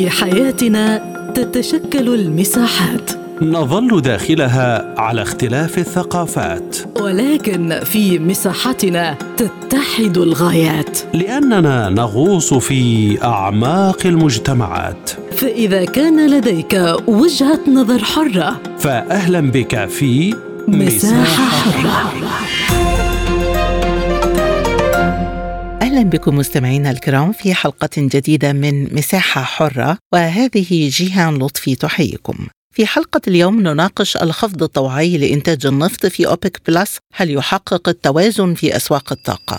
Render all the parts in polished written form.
في حياتنا تتشكل المساحات، نظل داخلها على اختلاف الثقافات، ولكن في مساحتنا تتحد الغايات، لأننا نغوص في أعماق المجتمعات. فإذا كان لديك وجهة نظر حرة، فأهلا بك في مساحة حرة. أهلا بكم مستمعينا الكرام في حلقة جديدة من مساحة حرة، وهذه جيهان لطفي تحييكم. في حلقة اليوم نناقش الخفض الطوعي لإنتاج النفط في أوبك بلس، هل يحقق التوازن في أسواق الطاقة؟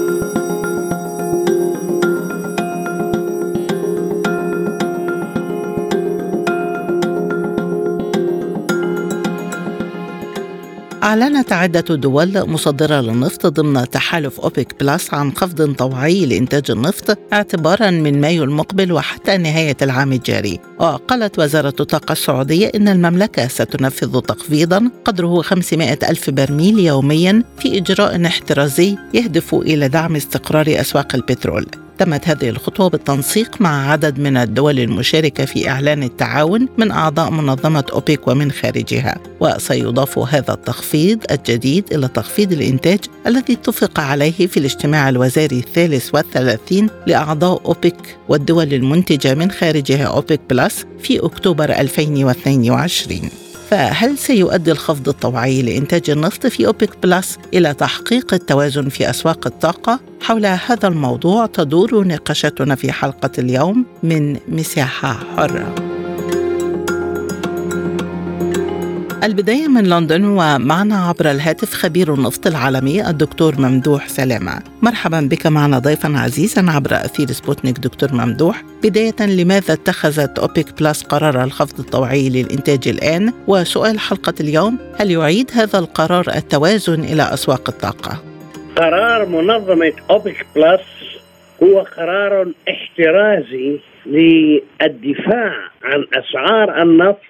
أعلنت عدة دول مصدرة للنفط ضمن تحالف أوبك بلس عن خفض طوعي لإنتاج النفط اعتباراً من مايو المقبل وحتى نهاية العام الجاري. وقالت وزارة الطاقة السعودية إن المملكة ستنفذ تخفيضاً قدره 500 ألف برميل يومياً في إجراء احترازي يهدف إلى دعم استقرار أسواق البترول. تمت هذه الخطوة بالتنسيق مع عدد من الدول المشاركة في إعلان التعاون من أعضاء منظمة أوبك ومن خارجها، وسيضاف هذا التخفيض الجديد إلى تخفيض الإنتاج الذي اتفق عليه في الاجتماع الوزاري 33 لأعضاء أوبك والدول المنتجة من خارجها أوبك بلس في أكتوبر 2022. فهل سيؤدي الخفض الطوعي لإنتاج النفط في أوبك بلس إلى تحقيق التوازن في أسواق الطاقة؟ حول هذا الموضوع تدور نقاشاتنا في حلقة اليوم من مساحة حرة. البداية من لندن، ومعنا عبر الهاتف خبير النفط العالمي الدكتور ممدوح سلامة. مرحبا بك معنا ضيفا عزيزا عبر أثير سبوتنيك. دكتور ممدوح، بداية لماذا اتخذت أوبك بلس قرار الخفض الطوعي للإنتاج الآن؟ وسؤال حلقة اليوم، هل يعيد هذا القرار التوازن إلى أسواق الطاقة؟ قرار منظمة أوبك بلس هو قرار احترازي للدفاع عن أسعار النفط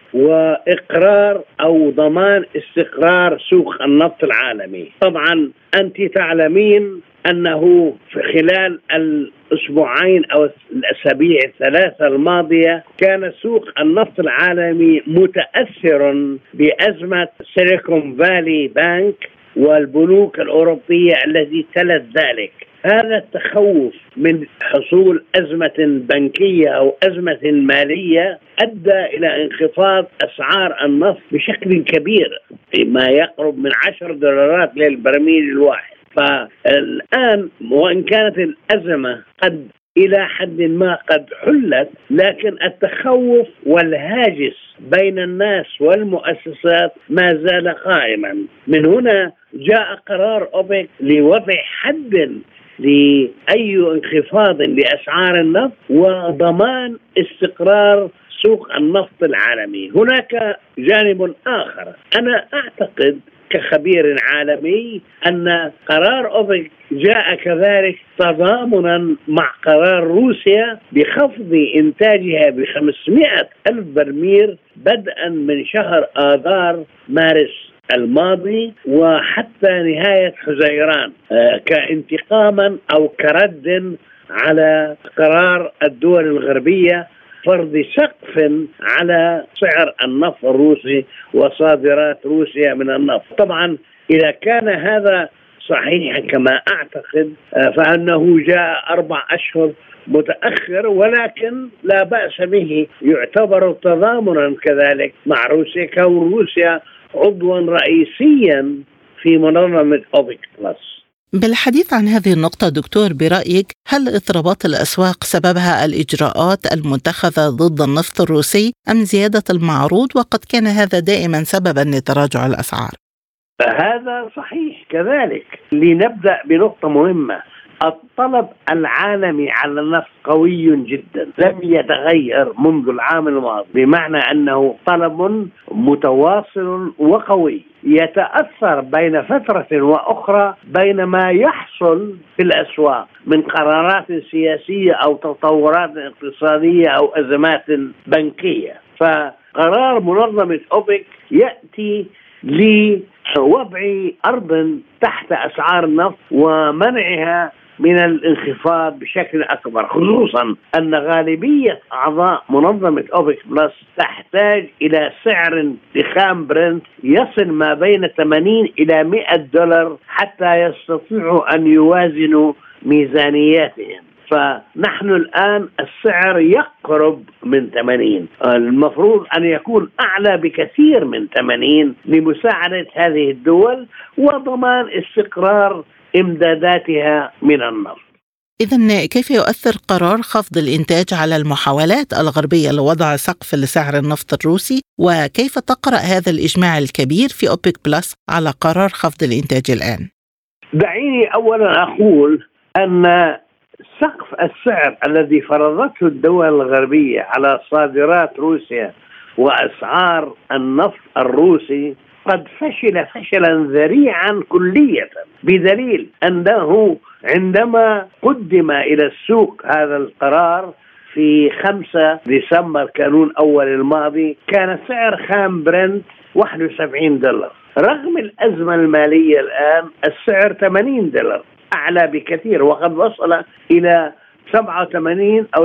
وإقرار أو ضمان استقرار سوق النفط العالمي. طبعا أنت تعلمين أنه في خلال الأسبوعين أو الأسابيع الثلاثة الماضية كان سوق النفط العالمي متأثر بأزمة سيليكون فالي بانك والبنوك الأوروبية التي تلت ذلك. هذا التخوف من حصول أزمة بنكية أو أزمة مالية أدى إلى انخفاض أسعار النفط بشكل كبير، ما يقرب من $10 للبرميل الواحد. فالآن وإن كانت الأزمة قد إلى حد ما قد حلت، لكن التخوف والهاجس بين الناس والمؤسسات ما زال قائما. من هنا جاء قرار أوبك لوضع حد لأي انخفاض لأسعار النفط وضمان استقرار سوق النفط العالمي. هناك جانب آخر، أنا أعتقد كخبير عالمي أن قرار أوبك جاء كذلك تضامنا مع قرار روسيا بخفض إنتاجها ب500 ألف برميل بدءا من شهر آذار مارس الماضي وحتى نهاية حزيران، كانتقاما أو كرد على قرار الدول الغربية فرض سقف على سعر النفط الروسي وصادرات روسيا من النفط. طبعا إذا كان هذا صحيحا كما أعتقد فإنه جاء 4 أشهر متأخر، ولكن لا بأس به، يعتبر تضامنا كذلك مع روسيا كون روسيا عضوا رئيسيا في منظمة أوبك بلس. بالحديث عن هذه النقطة دكتور، برأيك هل اضطرابات الأسواق سببها الإجراءات المتخذة ضد النفط الروسي أم زيادة المعروض، وقد كان هذا دائما سببا لتراجع الأسعار؟ هذا صحيح كذلك. لنبدأ بنقطة مهمة، الطلب العالمي على النفط قوي جدا، لم يتغير منذ العام الماضي، بمعنى أنه طلب متواصل وقوي يتأثر بين فترة وأخرى بين ما يحصل في الأسواق من قرارات سياسية أو تطورات اقتصادية أو أزمات بنكية. فقرار منظمة أوبك يأتي لوضع أرض تحت أسعار النفط ومنعها من الانخفاض بشكل أكبر، خصوصا أن غالبية أعضاء منظمة أوبك بلس تحتاج إلى سعر لخام برنت يصل ما بين 80 إلى $100 حتى يستطيعوا أن يوازنوا ميزانياتهم. فنحن الآن السعر يقرب من 80، المفروض أن يكون أعلى بكثير من 80 لمساعدة هذه الدول وضمان استقرار إمداداتها من النفط. إذن كيف يؤثر قرار خفض الإنتاج على المحاولات الغربية لوضع سقف لسعر النفط الروسي؟ وكيف تقرأ هذا الإجماع الكبير في أوبك بلس على قرار خفض الإنتاج الآن؟ دعيني أولا أقول أن سقف السعر الذي فرضته الدول الغربية على صادرات روسيا وأسعار النفط الروسي قد فشل فشلا ذريعا كلية، بدليل أنه عندما قدم إلى السوق هذا القرار في 5 ديسمبر كانون أول الماضي كان سعر خام برنت $71. رغم الأزمة المالية الآن السعر $80، أعلى بكثير، وقد وصل إلى 87 أو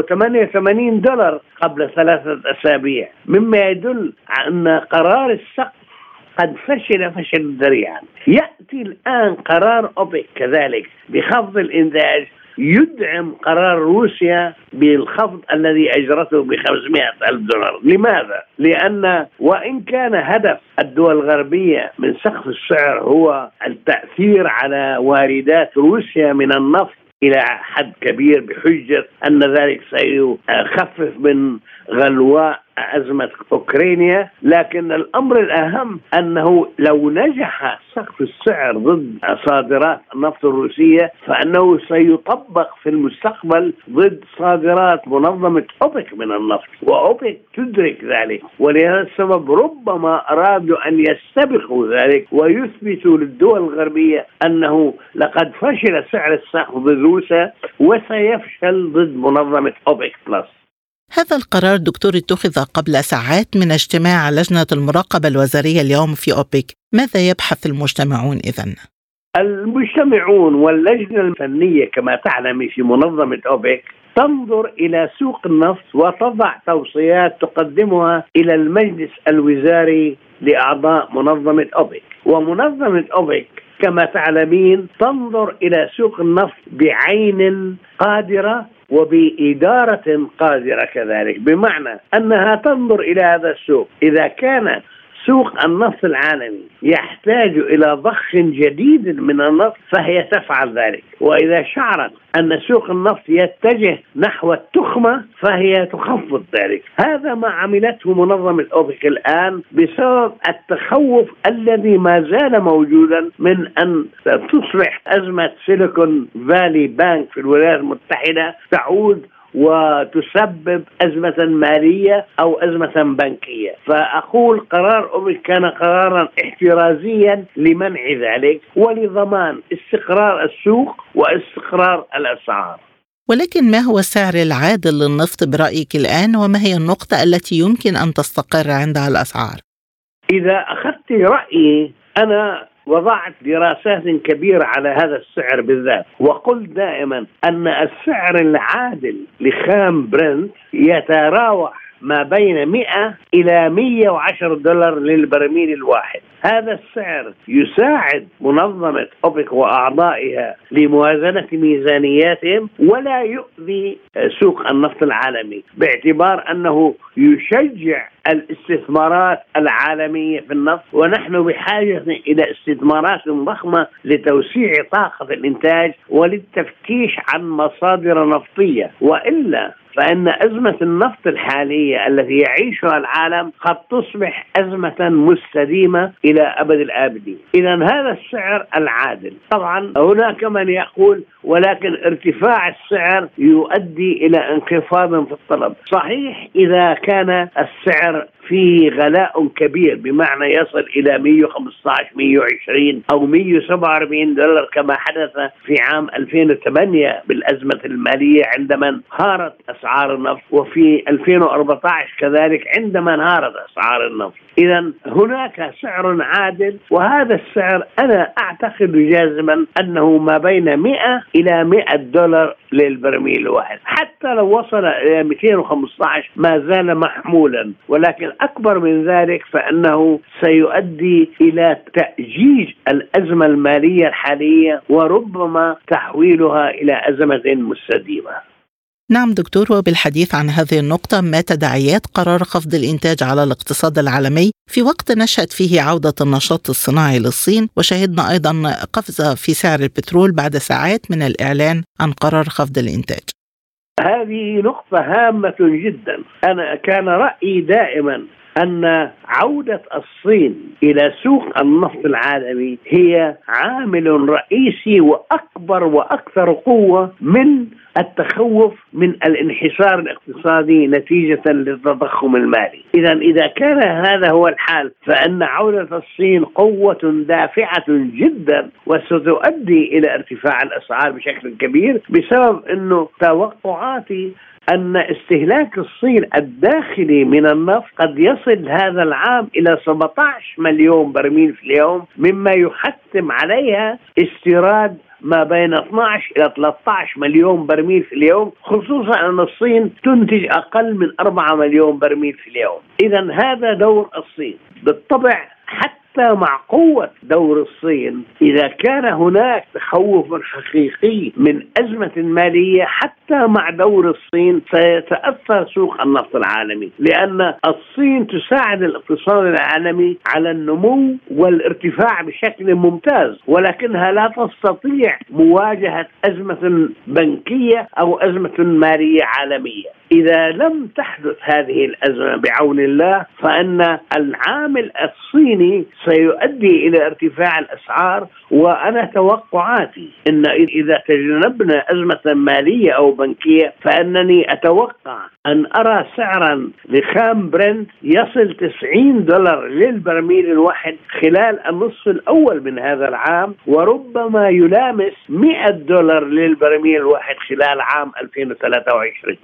$88 قبل 3 أسابيع، مما يدل على أن قرار السقف قد فشل ذريعا. يأتي الآن قرار أوبك كذلك بخفض الإنتاج يدعم قرار روسيا بالخفض الذي أجرته $500,000. لماذا؟ لأن وإن كان هدف الدول الغربية من سقف السعر هو التأثير على واردات روسيا من النفط إلى حد كبير بحجة أن ذلك سيخفف من غلواء أزمة أوكرانيا، لكن الأمر الأهم أنه لو نجح سقف السعر ضد صادرات النفط الروسية فإنه سيطبق في المستقبل ضد صادرات منظمة أوبك من النفط، وأوبك تدرك ذلك، ولهذا السبب ربما أرادوا أن يستبقوا ذلك ويثبتوا للدول الغربية أنه لقد فشل سعر السقف ضد روسيا وسيفشل ضد منظمة أوبك بلس. هذا القرار دكتور اتخذ قبل ساعات من اجتماع لجنة المراقبة الوزارية اليوم في أوبك. ماذا يبحث المجتمعون إذن؟ المجتمعون واللجنة الفنية كما تعلم في منظمة أوبك تنظر إلى سوق النفط وتضع توصيات تقدمها إلى المجلس الوزاري لأعضاء منظمة أوبك. ومنظمة أوبك كما تعلمين تنظر إلى سوق النفط بعين قادرة وبإدارة قادرة كذلك، بمعنى أنها تنظر إلى هذا السوق. إذا كان سوق النفط العالمي يحتاج إلى ضخ جديد من النفط فهي تفعل ذلك، وإذا شعرت أن سوق النفط يتجه نحو التخمة فهي تخفض ذلك. هذا ما عملته منظمة أوبك الآن بسبب التخوف الذي ما زال موجودا من أن تصبح أزمة سيليكون فالي بانك في الولايات المتحدة تعود وتسبب أزمة مالية أو أزمة بنكية. فأقول قرار أوبك كان قرارا احترازيا لمنع ذلك ولضمان استقرار السوق واستقرار الأسعار. ولكن ما هو السعر العادل للنفط برأيك الآن، وما هي النقطة التي يمكن أن تستقر عندها الأسعار؟ إذا أخذت رأيي أنا وضعت دراسات كبيرة على هذا السعر بالذات، وقلت دائما أن السعر العادل لخام برنت يتراوح ما بين 100 إلى $110 للبرميل الواحد. هذا السعر يساعد منظمة أوبك وأعضائها لموازنة ميزانياتهم ولا يؤذي سوق النفط العالمي، باعتبار أنه يشجع الاستثمارات العالمية في النفط، ونحن بحاجة إلى استثمارات ضخمة لتوسيع طاقة الإنتاج وللتفتيش عن مصادر نفطية، وإلا فإن أزمة النفط الحالية التي يعيشها العالم قد تصبح أزمة مستديمة إلى أبد الآبدين. إذن هذا السعر العادل. طبعا هناك من يقول ولكن ارتفاع السعر يؤدي إلى انخفاض في الطلب. صحيح إذا كان السعر فيه غلاء كبير بمعنى يصل إلى 115 120 أو 147 دولار كما حدث في عام 2008 بالأزمة المالية عندما انهارت أسعار النفط، وفي 2014 كذلك عندما انهارت أسعار النفط. إذن هناك سعر عادل، وهذا السعر أنا أعتقد جازما أنه ما بين 100 إلى 100 دولار للبرميل الواحد. حتى لو وصل إلى 215 ما زال محمولا، ولكن أكبر من ذلك فإنه سيؤدي إلى تأجيج الأزمة المالية الحالية وربما تحويلها إلى أزمة مستديمة. نعم دكتور، وبالحديث عن هذه النقطة، ما تداعيات قرار خفض الإنتاج على الاقتصاد العالمي في وقت نشهد فيه عودة النشاط الصناعي للصين، وشهدنا أيضا قفزة في سعر البترول بعد ساعات من الإعلان عن قرار خفض الإنتاج؟ هذه نقطة هامة جدا. أنا كان رأيي دائما أن عودة الصين إلى سوق النفط العالمي هي عامل رئيسي وأكبر وأكثر قوة من التخوف من الانحسار الاقتصادي نتيجة للتضخم المالي. إذا كان هذا هو الحال فإن عودة الصين قوة دافعة جدا، وستؤدي إلى ارتفاع الأسعار بشكل كبير، بسبب أنه توقعاتي أن استهلاك الصين الداخلي من النفط قد يصل هذا العام إلى 17 مليون برميل في اليوم، مما يحتم عليها استيراد ما بين 12 إلى 13 مليون برميل في اليوم، خصوصا أن الصين تنتج أقل من 4 مليون برميل في اليوم. إذن هذا دور الصين بالطبع. حتى مع قوة دور الصين، إذا كان هناك تخوف حقيقي من أزمة مالية، حتى مع دور الصين سيتأثر سوق النفط العالمي، لأن الصين تساعد الاقتصاد العالمي على النمو والارتفاع بشكل ممتاز، ولكنها لا تستطيع مواجهة أزمة بنكية أو أزمة مالية عالمية. إذا لم تحدث هذه الأزمة بعون الله فإن العامل الصيني سيؤدي إلى ارتفاع الأسعار. وأنا توقعاتي أن إذا تجنبنا أزمة مالية أو بنكية فإنني أتوقع أن أرى سعرا لخام برنت يصل 90 دولار للبرميل الواحد خلال النصف الأول من هذا العام، وربما يلامس 100 دولار للبرميل الواحد خلال عام 2023.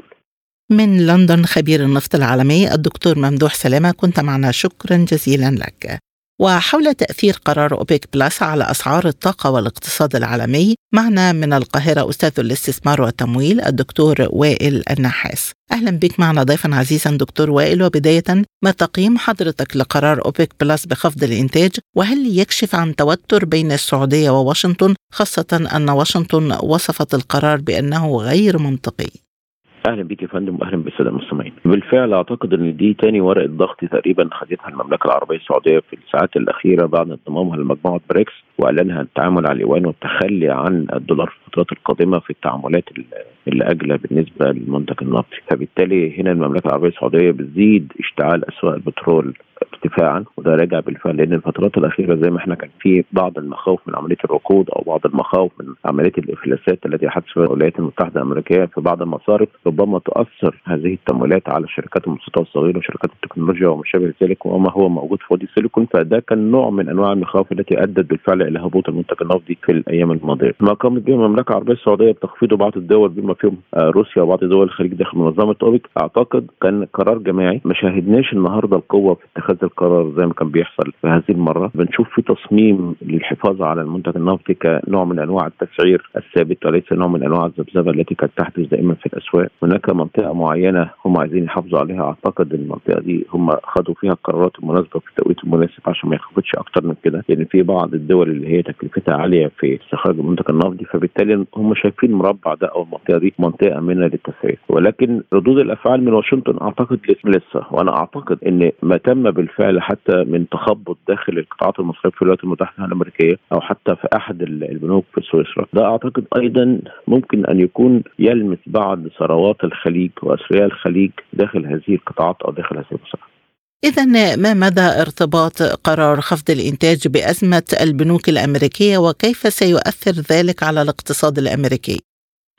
من لندن خبير النفط العالمي الدكتور ممدوح سلامة، كنت معنا، شكرا جزيلا لك. وحول تأثير قرار أوبك بلس على أسعار الطاقة والاقتصاد العالمي، معنا من القاهرة أستاذ الاستثمار والتمويل الدكتور وائل النحاس. أهلا بك معنا ضيفا عزيزا دكتور وائل. وبداية، ما تقييم حضرتك لقرار أوبك بلس بخفض الإنتاج، وهل يكشف عن توتر بين السعودية وواشنطن، خاصة أن واشنطن وصفت القرار بأنه غير منطقي؟ اهلا بيك يا فندم، واهلا بالساده المستمعين. بالفعل اعتقد ان دي تاني ورقه ضغط تقريبا خدتها المملكه العربيه السعوديه في الساعات الاخيره بعد انضمامها لمجموعه بريكس، واعلانها التعامل على اليوان والتخلي عن الدولار في الفترات القادمه في التعاملات اللي اجله بالنسبه للمنتج النفطي. فبالتالي هنا المملكه العربيه السعوديه بتزيد اشتعال اسواق البترول ارتفاعا، وده راجع بالفعل لان الفترات الاخيره زي ما احنا كان في بعض المخاوف من عمليه الركود او بعض المخاوف من عمليه الافلاسات التي حدثت في الولايات المتحده الامريكيه في بعض المصارف، ربما تؤثر هذه التمويلات على الشركات المتوسطه والصغيره وشركات التكنولوجيا وما شابه ذلك وما هو موجود في وادي السيليكون. فده كان نوع من انواع المخاوف التي ادت بالفعل الى هبوط المنتج النفطي في الايام الماضيه. ما قامت به المملكه العربيه السعوديه بتخفيض بعض الدول بما فيهم روسيا وبعض دول الخليج داخل منظمه اوبك، اعتقد كان قرار جماعي. ما شاهدناش النهارده القوه في اتخاذ القرار زي ما كان بيحصل في هذه المره. بنشوف في تصميم للحفاظ على المنتج النفطي كنوع من انواع التسعير الثابت وليس نوع من انواع الذبذبه التي كانت تحدث دائما في الاسواق. هناك منطقه معينه هم عايزين يحافظوا عليها، اعتقد المنطقه دي هم خدوا فيها القرارات المناسبه في التوقيت المناسب عشان ما يخفضش اكتر من كده، لان في بعض الدول اللي هي تكلفتها عاليه في استخراج المنتج النفطي، فبالتالي هم شايفين المربع ده او المنطقه دي منطقه امنه للتسعير. ولكن ردود الافعال من واشنطن اعتقد لسه، وانا اعتقد ان ما تم بالفعل حتى من تخبط داخل القطاعات المصرفيه في الولايات المتحده الامريكيه او حتى في احد البنوك في سويسرا، ده اعتقد ايضا ممكن ان يكون يلمس بعض ثروات الخليج واثرياء الخليج داخل هذه القطاعات او داخل هذه المصارف. إذن ما مدى ارتباط قرار خفض الإنتاج بأزمة البنوك الأمريكية، وكيف سيؤثر ذلك على الاقتصاد الأمريكي؟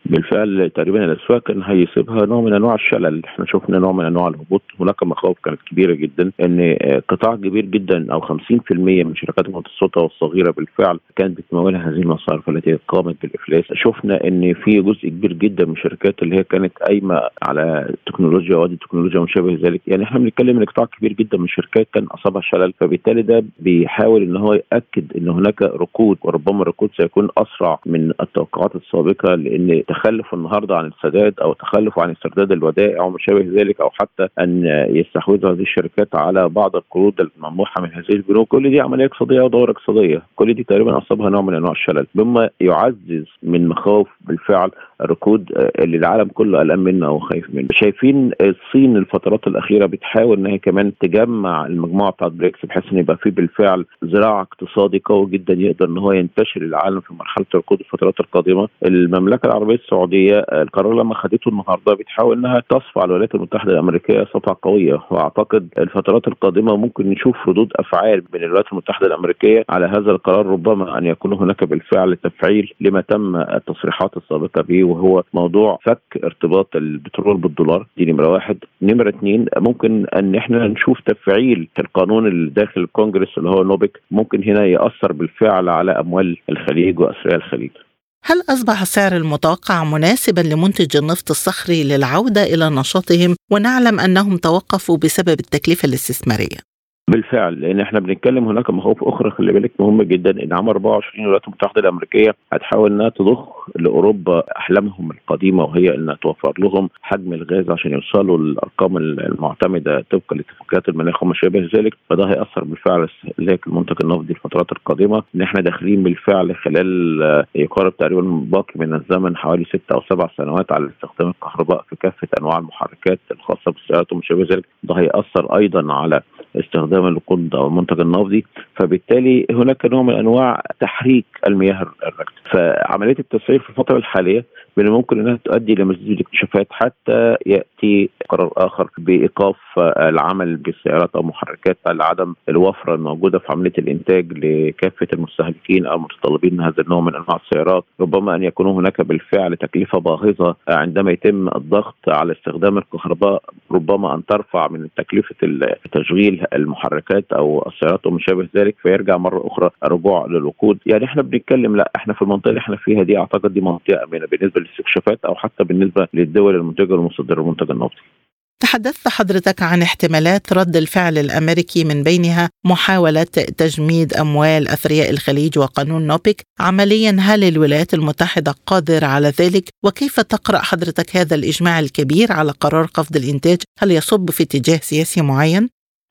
بالفعل تقريبا الاسواق كان هيسيبها نوع من انواع الشلل. احنا شفنا نوع من انواع الهبوط. هناك مخاوف كانت كبيره جدا ان قطاع كبير جدا او 50% من شركات المتوسطه والصغيره بالفعل كانت بتمولها هذه المصارف التي قامت بالافلاس. شفنا ان في جزء كبير جدا من الشركات اللي هي كانت قايمه على التكنولوجيا وادي التكنولوجيا وما شابه ذلك. يعني احنا بنتكلم ان قطاع كبير جدا من الشركات كان اصابها شلل، فبالتالي ده بيحاول ان هو ياكد ان هناك ركود، وربما الركود سيكون اسرع من التوقعات السابقه، لان تخلف النهارده عن السداد او تخلف عن استرداد الودائع وما شابه ذلك، او حتى ان يستحوذ هذه الشركات على بعض القروض الممنوحه من هذه البنوك، كل دي عمليه اقتصاديه ودوره اقتصاديه، كل دي تقريبا اصابها نوع من انواع الشلل، مما يعزز من مخاوف بالفعل الركود اللي العالم كله قلقان منه او خايف منه. شايفين الصين الفترات الاخيره بتحاول ان هي كمان تجمع المجموعه بتاعت بريكس بحيث ان يبقى في بالفعل ذراع اقتصادي قوي جدا يقدر ان هو ينتشر العالم في مرحله الركود الفترات القادمه. المملكه العربيه السعوديه القرار لما خدته النهارده بتحاول انها تصفى على الولايات المتحده الامريكيه صفعه قويه، واعتقد الفترات القادمه ممكن نشوف ردود افعال من الولايات المتحده الامريكيه على هذا القرار، ربما ان يكون هناك بالفعل تفعيل لما تم التصريحات السابقه به، وهو موضوع فك ارتباط البترول بالدولار. دي نمره واحد. نمره اثنين، ممكن ان احنا نشوف تفعيل القانون اللي داخل الكونجرس اللي هو نوبك، ممكن هنا ياثر بالفعل على اموال الخليج واثرياء الخليج. هل أصبح السعر المتوقع مناسبا لمنتج النفط الصخري للعودة إلى نشاطهم، ونعلم أنهم توقفوا بسبب التكلفة الاستثمارية؟ بالفعل، لان احنا بنتكلم هناك مخاوف اخرى خلي بالك مهمه جدا، ان عام 24 الولايات المتحده الامريكيه هتحاول انها تضخ لاوروبا احلامهم القديمه، وهي انها توفر لهم حجم الغاز عشان يوصلوا للارقام المعتمده طبقا لاتفاقيات المناخ وما شابه ذلك. فده هياثر بالفعل استهلاك المنتج النفطي الفترات القادمه، ان احنا داخلين بالفعل خلال يقارب تقريبا باقي من الزمن حوالي 6 أو 7 سنوات على استخدام الكهرباء في كافه انواع المحركات الخاصه بالسيارات وما شابه ذلك. ده هياثر ايضا على استخدام الوقود او المنتج النفطي، فبالتالي هناك نوع من انواع تحريك المياه الراكده. فعمليه التسعير في الفتره الحاليه من الممكن انها تؤدي لمزيد الاكتشافات حتى ياتي قرار اخر بايقاف العمل بالسيارات او محركات لعدم الوفره الموجوده في عمليه الانتاج لكافه المستهلكين او متطلبين هذا النوع من انواع السيارات. ربما ان يكون هناك بالفعل تكلفه باهظه عندما يتم الضغط على استخدام الكهرباء، ربما ان ترفع من تكلفه تشغيل المحركات او السيارات وما شابه ذلك، فيرجع مره اخرى الرجوع للوقود. يعني احنا بنتكلم لا احنا في المنطقه اللي احنا فيها دي اعتقد دي منطقه امنه بالنسبه للاستكشافات او حتى بالنسبه للدول المنتجه والمصدره المنتج النفطي. تحدثت حضرتك عن احتمالات رد الفعل الأمريكي، من بينها محاولة تجميد أموال أثرياء الخليج وقانون نوبك. عمليا هل الولايات المتحدة قادرة على ذلك؟ وكيف تقرأ حضرتك هذا الإجماع الكبير على قرار خفض الإنتاج؟ هل يصب في اتجاه سياسي معين؟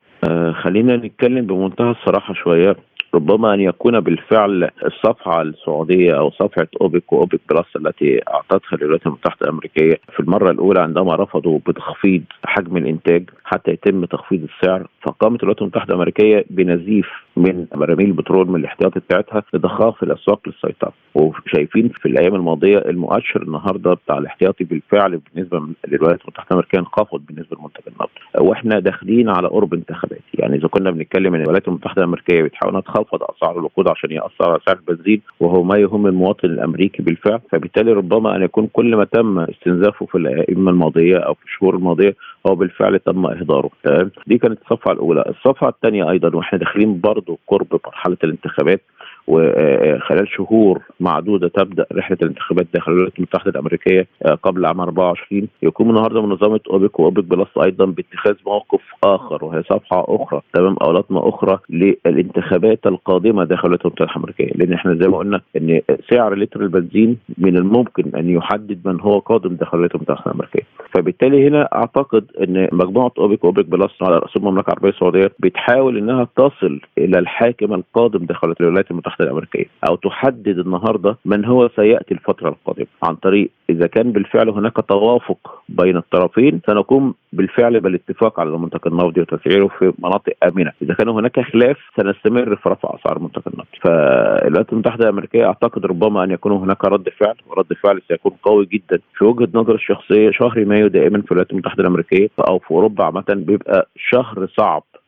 خلينا نتكلم بمنتهى الصراحة شوية. ربما أن يكون بالفعل الصفحة السعودية أو صفحة أوبك وأوبك بلس التي أعطتها الولايات المتحدة الأمريكية في المرة الأولى عندما رفضوا بتخفيض حجم الإنتاج حتى يتم تخفيض السعر، فقامت الولايات المتحدة الأمريكية بنزيف من براميل البترول من الاحتياطي بتاعتها لضخها في الأسواق للسيطرة. وشايفين في الأيام الماضية المؤشر النهاردة بتاع الاحتياطي بالفعل بالنسبة للولايات المتحدة الأمريكية انخفض بالنسبة لمنتج النفط، وإحنا داخلين على قرب انتخابات. يعني إذا كنا بنتكلم إن الولايات المتحدة الأمريكية بتحاول تخفض اسعار الوقود عشان ياثر على سعر البنزين وهو ما يهم المواطن الامريكي بالفعل، فبالتالي ربما ان يكون كل ما تم استنزافه في الايام الماضيه او في الشهور الماضيه هو بالفعل تم اهداره. دي كانت الصفحه الاولى. الصفحه الثانيه ايضا واحنا داخلين برضه قرب مرحله الانتخابات، وخلال شهور معدوده تبدا رحله الانتخابات داخل الولايات المتحده الامريكيه قبل عام 24، يقوم النهارده منظمه اوبك واوبك بلس ايضا باتخاذ موقف اخر، وهي صفحه اخرى تمام او لطمه اخرى للانتخابات القادمه داخل الولايات المتحده الامريكيه. لان احنا زي ما قلنا ان سعر لتر البنزين من الممكن ان يحدد من هو قادم داخل الولايات المتحده الامريكيه. فبالتالي هنا اعتقد ان مجموعه اوبك واوبك بلس على راس المملكه العربيه السعوديه بتحاول انها تصل الى الحاكم القادم داخل الولايات المتحده الامريكيه، او تحدد النهارده من هو سياتي الفتره القادمه، عن طريق اذا كان بالفعل هناك توافق بين الطرفين سنقوم بالفعل بالاتفاق على المنتج النفطي وتسعيره في مناطق امنه. اذا كان هناك خلاف سنستمر في رفع اسعار المنتج النفطي. فالولايات المتحده الامريكيه اعتقد ربما ان يكون هناك رد فعل، ورد فعل سيكون قوي جدا. في وجهه نظر الشخصيه شهر مايو دائما في الولايات المتحده الامريكيه او في اوروبا عامه بيبقى شهر صعب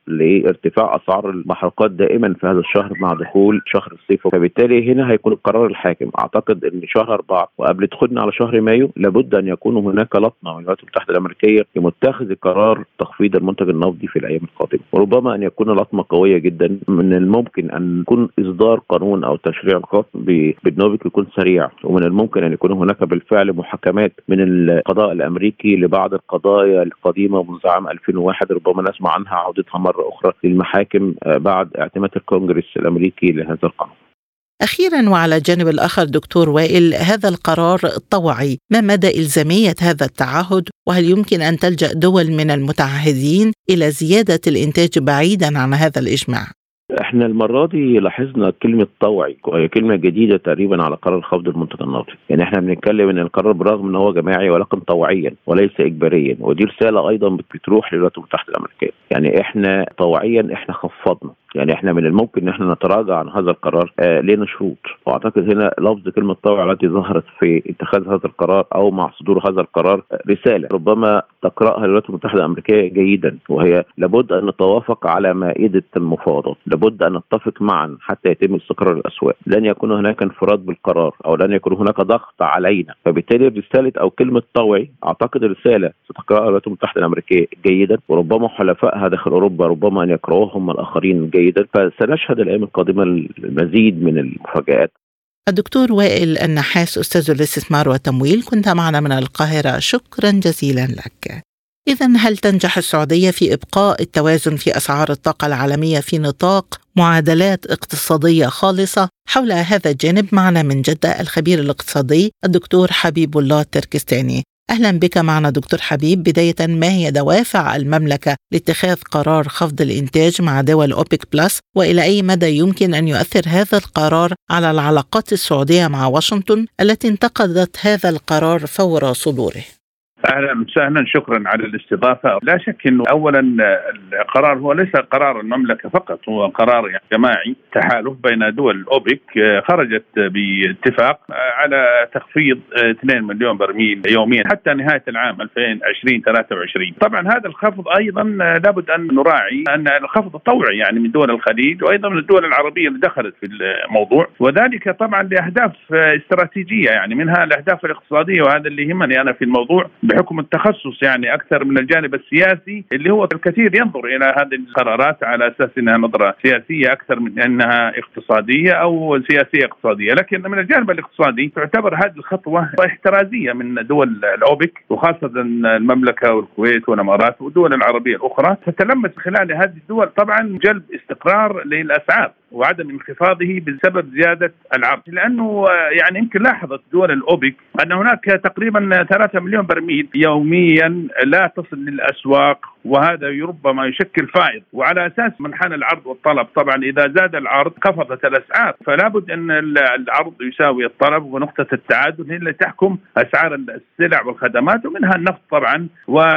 لارتفاع أسعار المحروقات دائما في هذا الشهر مع دخول شهر الصيف، فبالتالي هنا هيكون القرار الحاكم. أعتقد أن شهر 4 وقبل دخولنا على شهر مايو لابد أن يكون هناك لطمة من الولايات المتحدة الأمريكية لمتخذ قرار تخفيض المنتج النفطي في الأيام القادمة، وربما أن يكون لطمة قوية جدا. من الممكن أن يكون إصدار قانون أو تشريع خاص بالنوبك يكون سريع، ومن الممكن أن يكون هناك بالفعل محاكمات من القضاء الأمريكي لبعض القضايا القديمة منذ عام 2001 ربما نسمع عنها عودتها مرة أخرى للمحاكم بعد اعتماد الكونغرس الأمريكي لهذا القانون. أخيرا وعلى الجانب الآخر دكتور وائل، هذا القرار الطوعي ما مدى إلزامية هذا التعهد، وهل يمكن أن تلجأ دول من المتعهدين إلى زيادة الإنتاج بعيدا عن هذا الإجماع؟ احنا المرة دي لاحظنا كلمة طوعي وهي كلمة جديدة تقريبا على قرار خفض المنتج النفطي. يعني احنا بنتكلم ان القرار برغم ان هو جماعي ولكن طوعيا وليس اجباريا، ودي رسالة ايضا بتروح للولايات المتحدة الامريكية. يعني احنا طوعيا احنا خفضنا، يعني احنا من الممكن ان احنا نتراجع عن هذا القرار لنا شروط. واعتقد هنا لفظ كلمة طوعي التي ظهرت في اتخاذ هذا القرار او مع صدور هذا القرار رسالة ربما تقرأها الولايات المتحدة الامريكية جيدا، وهي لابد ان نتوافق على مائدة المفاوضات، لابد أن نتفق معا حتى يتم استقرار الأسواق. لن يكون هناك انفراد بالقرار أو لن يكون هناك ضغط علينا، فبالتالي رسالة أو كلمة طوعي أعتقد رسالة ستقرأها الولايات المتحدة الأمريكية جيدا، وربما حلفائها داخل أوروبا ربما أن يقرأوهم الآخرين جيدا، فسنشهد الأيام القادمة المزيد من المفاجآت. الدكتور وائل النحاس أستاذ الاستثمار والتمويل، كنت معنا من القاهرة، شكرا جزيلا لك. إذن هل تنجح السعودية في إبقاء التوازن في أسعار الطاقة العالمية في نطاق معادلات اقتصادية خالصة؟ حول هذا الجانب معنا من جدة الخبير الاقتصادي الدكتور حبيب الله التركستاني. أهلا بك معنا دكتور حبيب. بداية، ما هي دوافع المملكة لاتخاذ قرار خفض الإنتاج مع دول أوبك بلس، وإلى أي مدى يمكن أن يؤثر هذا القرار على العلاقات السعودية مع واشنطن التي انتقدت هذا القرار فور صدوره؟ أهلا وسهلا، شكرا على الاستضافة. لا شك أنه أولا القرار هو ليس قرار المملكة فقط، هو قرار جماعي تحالف بين دول أوبك خرجت باتفاق على تخفيض 2 مليون برميل يوميا حتى نهاية العام 2023. طبعا هذا الخفض أيضا لابد أن نراعي أن الخفض طوعي يعني من دول الخليج وأيضا من الدول العربية اللي دخلت في الموضوع، وذلك طبعا لأهداف استراتيجية، يعني منها الأهداف الاقتصادية، وهذا اللي يهمني أنا في الموضوع بحكم التخصص يعني أكثر من الجانب السياسي، اللي هو الكثير ينظر إلى هذه القرارات على أساس أنها نظرة سياسية أكثر من أنها اقتصادية أو سياسية اقتصادية. لكن من الجانب الاقتصادي تعتبر هذه الخطوة احترازية من دول الأوبك، وخاصة المملكة والكويت والإمارات والدول العربية الأخرى، تتلمس خلال هذه الدول طبعا جلب استقرار للأسعار وعدم انخفاضه بسبب زيادة العرض. لأنه يعني يمكن لاحظت دول الأوبك أن هناك تقريبا 3 مليون برميل يوميا لا تصل للأسواق، وهذا ربما يشكل فائض، وعلى أساس منحنى العرض والطلب. طبعا إذا زاد العرض خفضت الأسعار، فلا بد أن العرض يساوي الطلب، ونقطة التعادل هي اللي تحكم أسعار السلع والخدمات، ومنها النفط طبعا.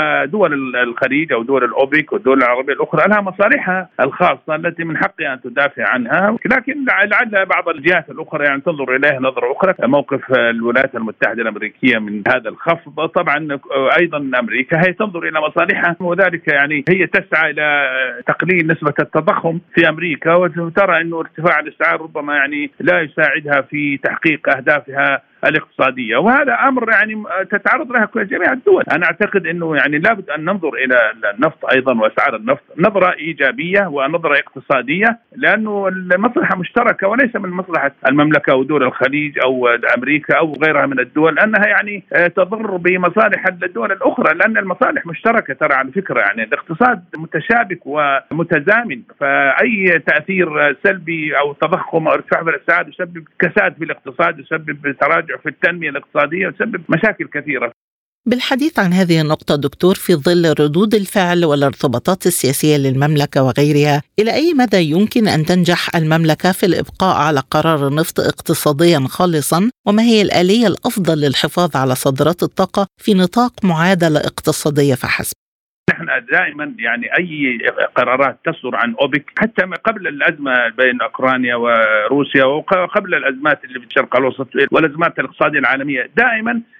ودول الخليج أو دول الأوبك والدول العربية الأخرى لها مصالحها الخاصة التي من حقها أن تدافع عنها، لكن لعل بعض الجهات الأخرى يعني تنظر إليها نظرة أخرى. موقف الولايات المتحدة الأمريكية من هذا الخفض طبعا أيضا أمريكا هي تنظر إلى مصالحها، وذلك يعني هي تسعى إلى تقليل نسبة التضخم في أمريكا، وترى أنه ارتفاع الأسعار ربما يعني لا يساعدها في تحقيق أهدافها الاقتصادية، وهذا أمر يعني تتعرض له جميع الدول. أنا أعتقد أنه يعني لابد أن ننظر إلى النفط أيضا وأسعار النفط نظرة إيجابية ونظرة اقتصادية، لأنه المصلحة مشتركة وليس من مصلحة المملكة أو دول الخليج أو أمريكا أو غيرها من الدول أنها يعني تضر بمصالح الدول الأخرى، لأن المصالح مشتركة. ترى على فكرة يعني الاقتصاد متشابك ومتزامن، فأي تأثير سلبي أو تضخم أو ارتفاع في الأسعار يسبب كساد في الاقتصاد، يسبب تراجع في التنمية الاقتصادية، وتسبب مشاكل كثيرة. بالحديث عن هذه النقطة دكتور، في ظل ردود الفعل والارتباطات السياسية للمملكة وغيرها، إلى أي مدى يمكن أن تنجح المملكة في الإبقاء على قرار النفط اقتصاديا خالصا؟ وما هي الآلية الأفضل للحفاظ على صادرات الطاقة في نطاق معادلة اقتصادية فحسب؟ نحن دائما يعني أي قرارات تصدر عن أوبك حتى قبل الأزمة بين أوكرانيا وروسيا وقبل الأزمات اللي في الشرق الأوسط والأزمات الاقتصادية العالمية، دائما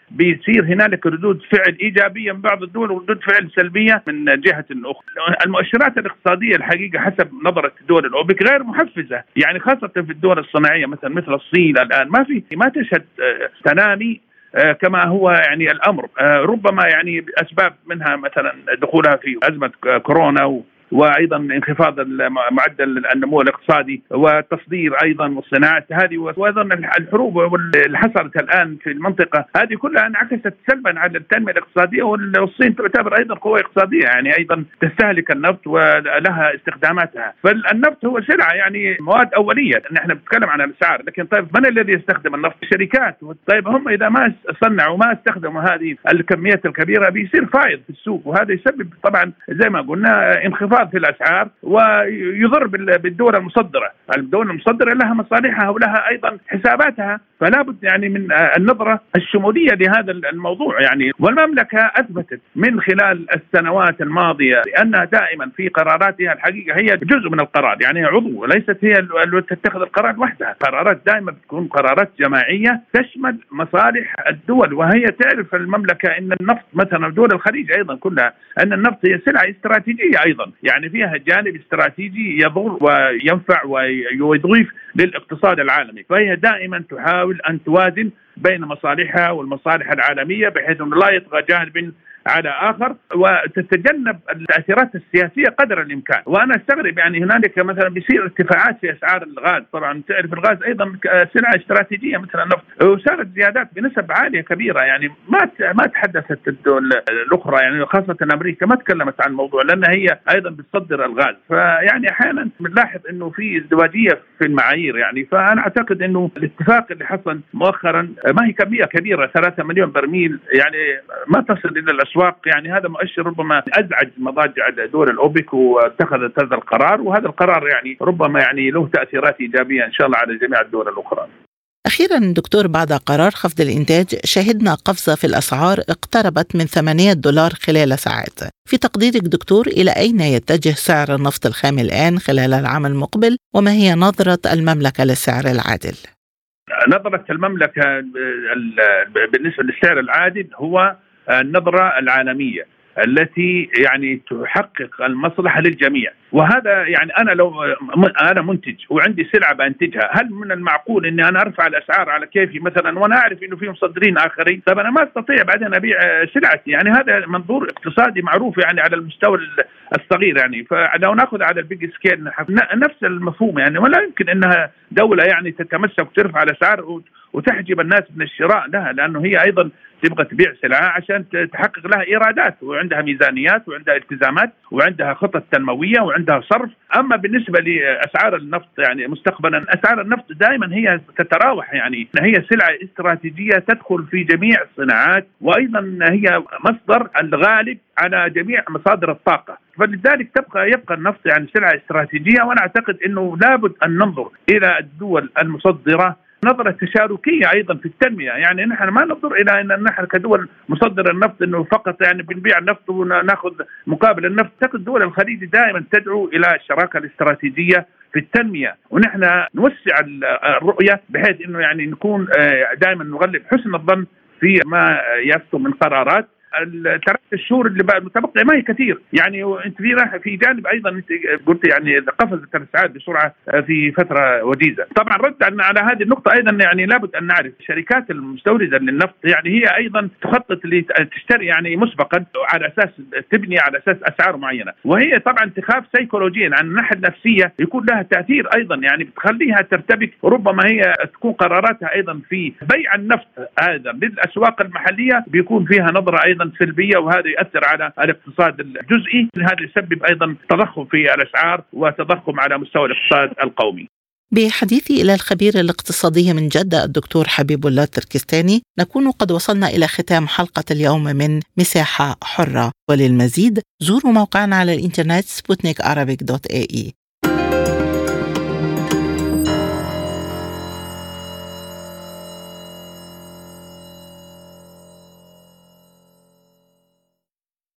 بيصير هنالك ردود فعل إيجابية من بعض الدول وردود فعل سلبية من جهة أخرى. المؤشرات الاقتصادية الحقيقة حسب نظرة دول الأوبك غير محفزة، يعني خاصة في الدول الصناعية مثل الصين الآن ما تشهد تنامي كما هو يعني الأمر. ربما يعني أسباب منها مثلا دخولها في أزمة كورونا وأيضا انخفاض معدل النمو الاقتصادي والتصدير أيضا والصناعات هذه، وأيضا الحروب اللي حصلت الآن في المنطقة هذه كلها انعكست سلبا على التنمية الاقتصادية. والصين تعتبر أيضا قوة اقتصادية، يعني أيضا تستهلك النفط ولها استخداماتها. فالنفط هو سلعة يعني مواد أولية، نحن بنتكلم عن الأسعار، لكن طيب من الذي يستخدم النفط؟ الشركات. طيب هم إذا ما صنعوا وما استخدموا هذه الكميات الكبيرة بيصير فائض في السوق، وهذا يسبب طبعا زي ما قلنا انخفاض في الأسعار ويضر بالدول المصدرة. الدول المصدرة لها مصالحها ولها أيضا حساباتها، فلا بد يعني من النظرة الشمولية لهذا الموضوع يعني. والمملكة أثبتت من خلال السنوات الماضية أنها دائما في قراراتها الحقيقة هي جزء من القرار، يعني عضو، ليست هي اللي تتخذ القرار وحدها. قرارات دائما بتكون قرارات جماعية تشمل مصالح الدول. وهي تعرف المملكة أن النفط مثلا دول الخليج أيضا كلها أن النفط هي سلعة استراتيجية أيضا، يعني فيها جانب استراتيجي يضر وينفع ويضيف للاقتصاد العالمي. فهي دائما تحاول أن توازن بين مصالحها والمصالح العالمية بحيث أنه لا يطغى جانب على آخر وتتجنب التأثيرات السياسية قدر الإمكان. وأنا أستغرب يعني هنالك مثلا بيصير ارتفاعات في أسعار الغاز، طبعا تعرف الغاز أيضا سلعة استراتيجية مثل النفط، وصارت زيادات بنسب عالية كبيرة. يعني ما تحدثت الدول الأخرى يعني خاصة أمريكا ما تكلمت عن الموضوع لأن هي أيضا بتصدر الغاز. فيعني أحيانا بنلاحظ إنه في ازدواجية في المعايير يعني. فأنا أعتقد إنه الاتفاق اللي حصل مؤخرا ما هي كمية كبيرة 3 مليون برميل يعني ما تصل إلى الأسواق، يعني هذا مؤشر ربما أزعج مضاجع دول الأوبك واتخذت هذا القرار. وهذا القرار يعني ربما يعني له تأثيرات إيجابية إن شاء الله على جميع الدول الأخرى. أخيرا دكتور، بعد قرار خفض الإنتاج شهدنا قفزة في الأسعار اقتربت من $8 خلال ساعات. في تقديرك دكتور إلى أين يتجه سعر النفط الخام الآن خلال العام المقبل، وما هي نظرة المملكة للسعر العادل؟ نظرة المملكة بالنسبة للسعر العادل هو النظرة العالمية التي يعني تحقق المصلحة للجميع. وهذا يعني أنا منتج وعندي سلعة بأنتجها، هل من المعقول أني أنا أرفع الأسعار على كيفي مثلا وأنا أعرف أنه في مصدرين آخرين؟ طب أنا ما أستطيع بعدين أبيع سلعتي. يعني هذا منظور اقتصادي معروف يعني على المستوى الصغير يعني. فلو نأخذ على البيج سكيل نفس المفهوم يعني، ولا يمكن أنها دولة يعني تتمسك وترفع الأسعار وتحجب الناس من الشراء لها، لأنه هي أيضا تبغى تبيع سلعة عشان تحقق لها إيرادات وعندها ميزانيات وعندها التزامات وعندها خطط تنموية وعندها صرف. أما بالنسبة لأسعار النفط يعني مستقبلا، أسعار النفط دائما هي تتراوح، يعني هي سلعة استراتيجية تدخل في جميع الصناعات، وأيضا هي مصدر الغالب على جميع مصادر الطاقة. فلذلك يبقى النفط يعني سلعة استراتيجية. وأنا أعتقد أنه لابد أن ننظر إلى الدول المصدرة نظرة تشاركية أيضا في التنمية. يعني نحن ما ننظر إلى أن نحن كدول مصدر النفط أنه فقط يعني بنبيع النفط ونأخذ مقابل النفط. تأخذ دول الخليج دائما تدعو إلى الشراكة الاستراتيجية في التنمية، ونحن نوسع الرؤية بحيث أنه يعني نكون دائما نغلب حسن الظن في ما يصدر من قرارات. ال3 شهور اللي متبقية ما هي كثير يعني. وانت في جانب ايضا انت قلت يعني قفزت الاسعار بسرعه في فتره وجيزه. طبعا رد على هذه النقطه ايضا يعني لابد ان نعرف الشركات المستورده للنفط يعني هي ايضا تخطط لتشتري يعني مسبقا على اساس تبني على اساس اسعار معينه. وهي طبعا تخاف سيكولوجيا عن الناحيه النفسيه يكون لها تاثير ايضا يعني بتخليها ترتبك. ربما هي تكون قراراتها ايضا في بيع النفط هذا للاسواق المحليه بيكون فيها نظره ايضا سلبية، وهذا يؤثر على الاقتصاد الجزئي. هذا يسبب أيضا تضخم في الأسعار وتضخم على مستوى الاقتصاد القومي. بحديثي إلى الخبير الاقتصادي من جدة الدكتور حبيب الله التركستاني نكون قد وصلنا إلى ختام حلقة اليوم من مساحة حرة. وللمزيد زوروا موقعنا على الإنترنت sputnikarabic.ae.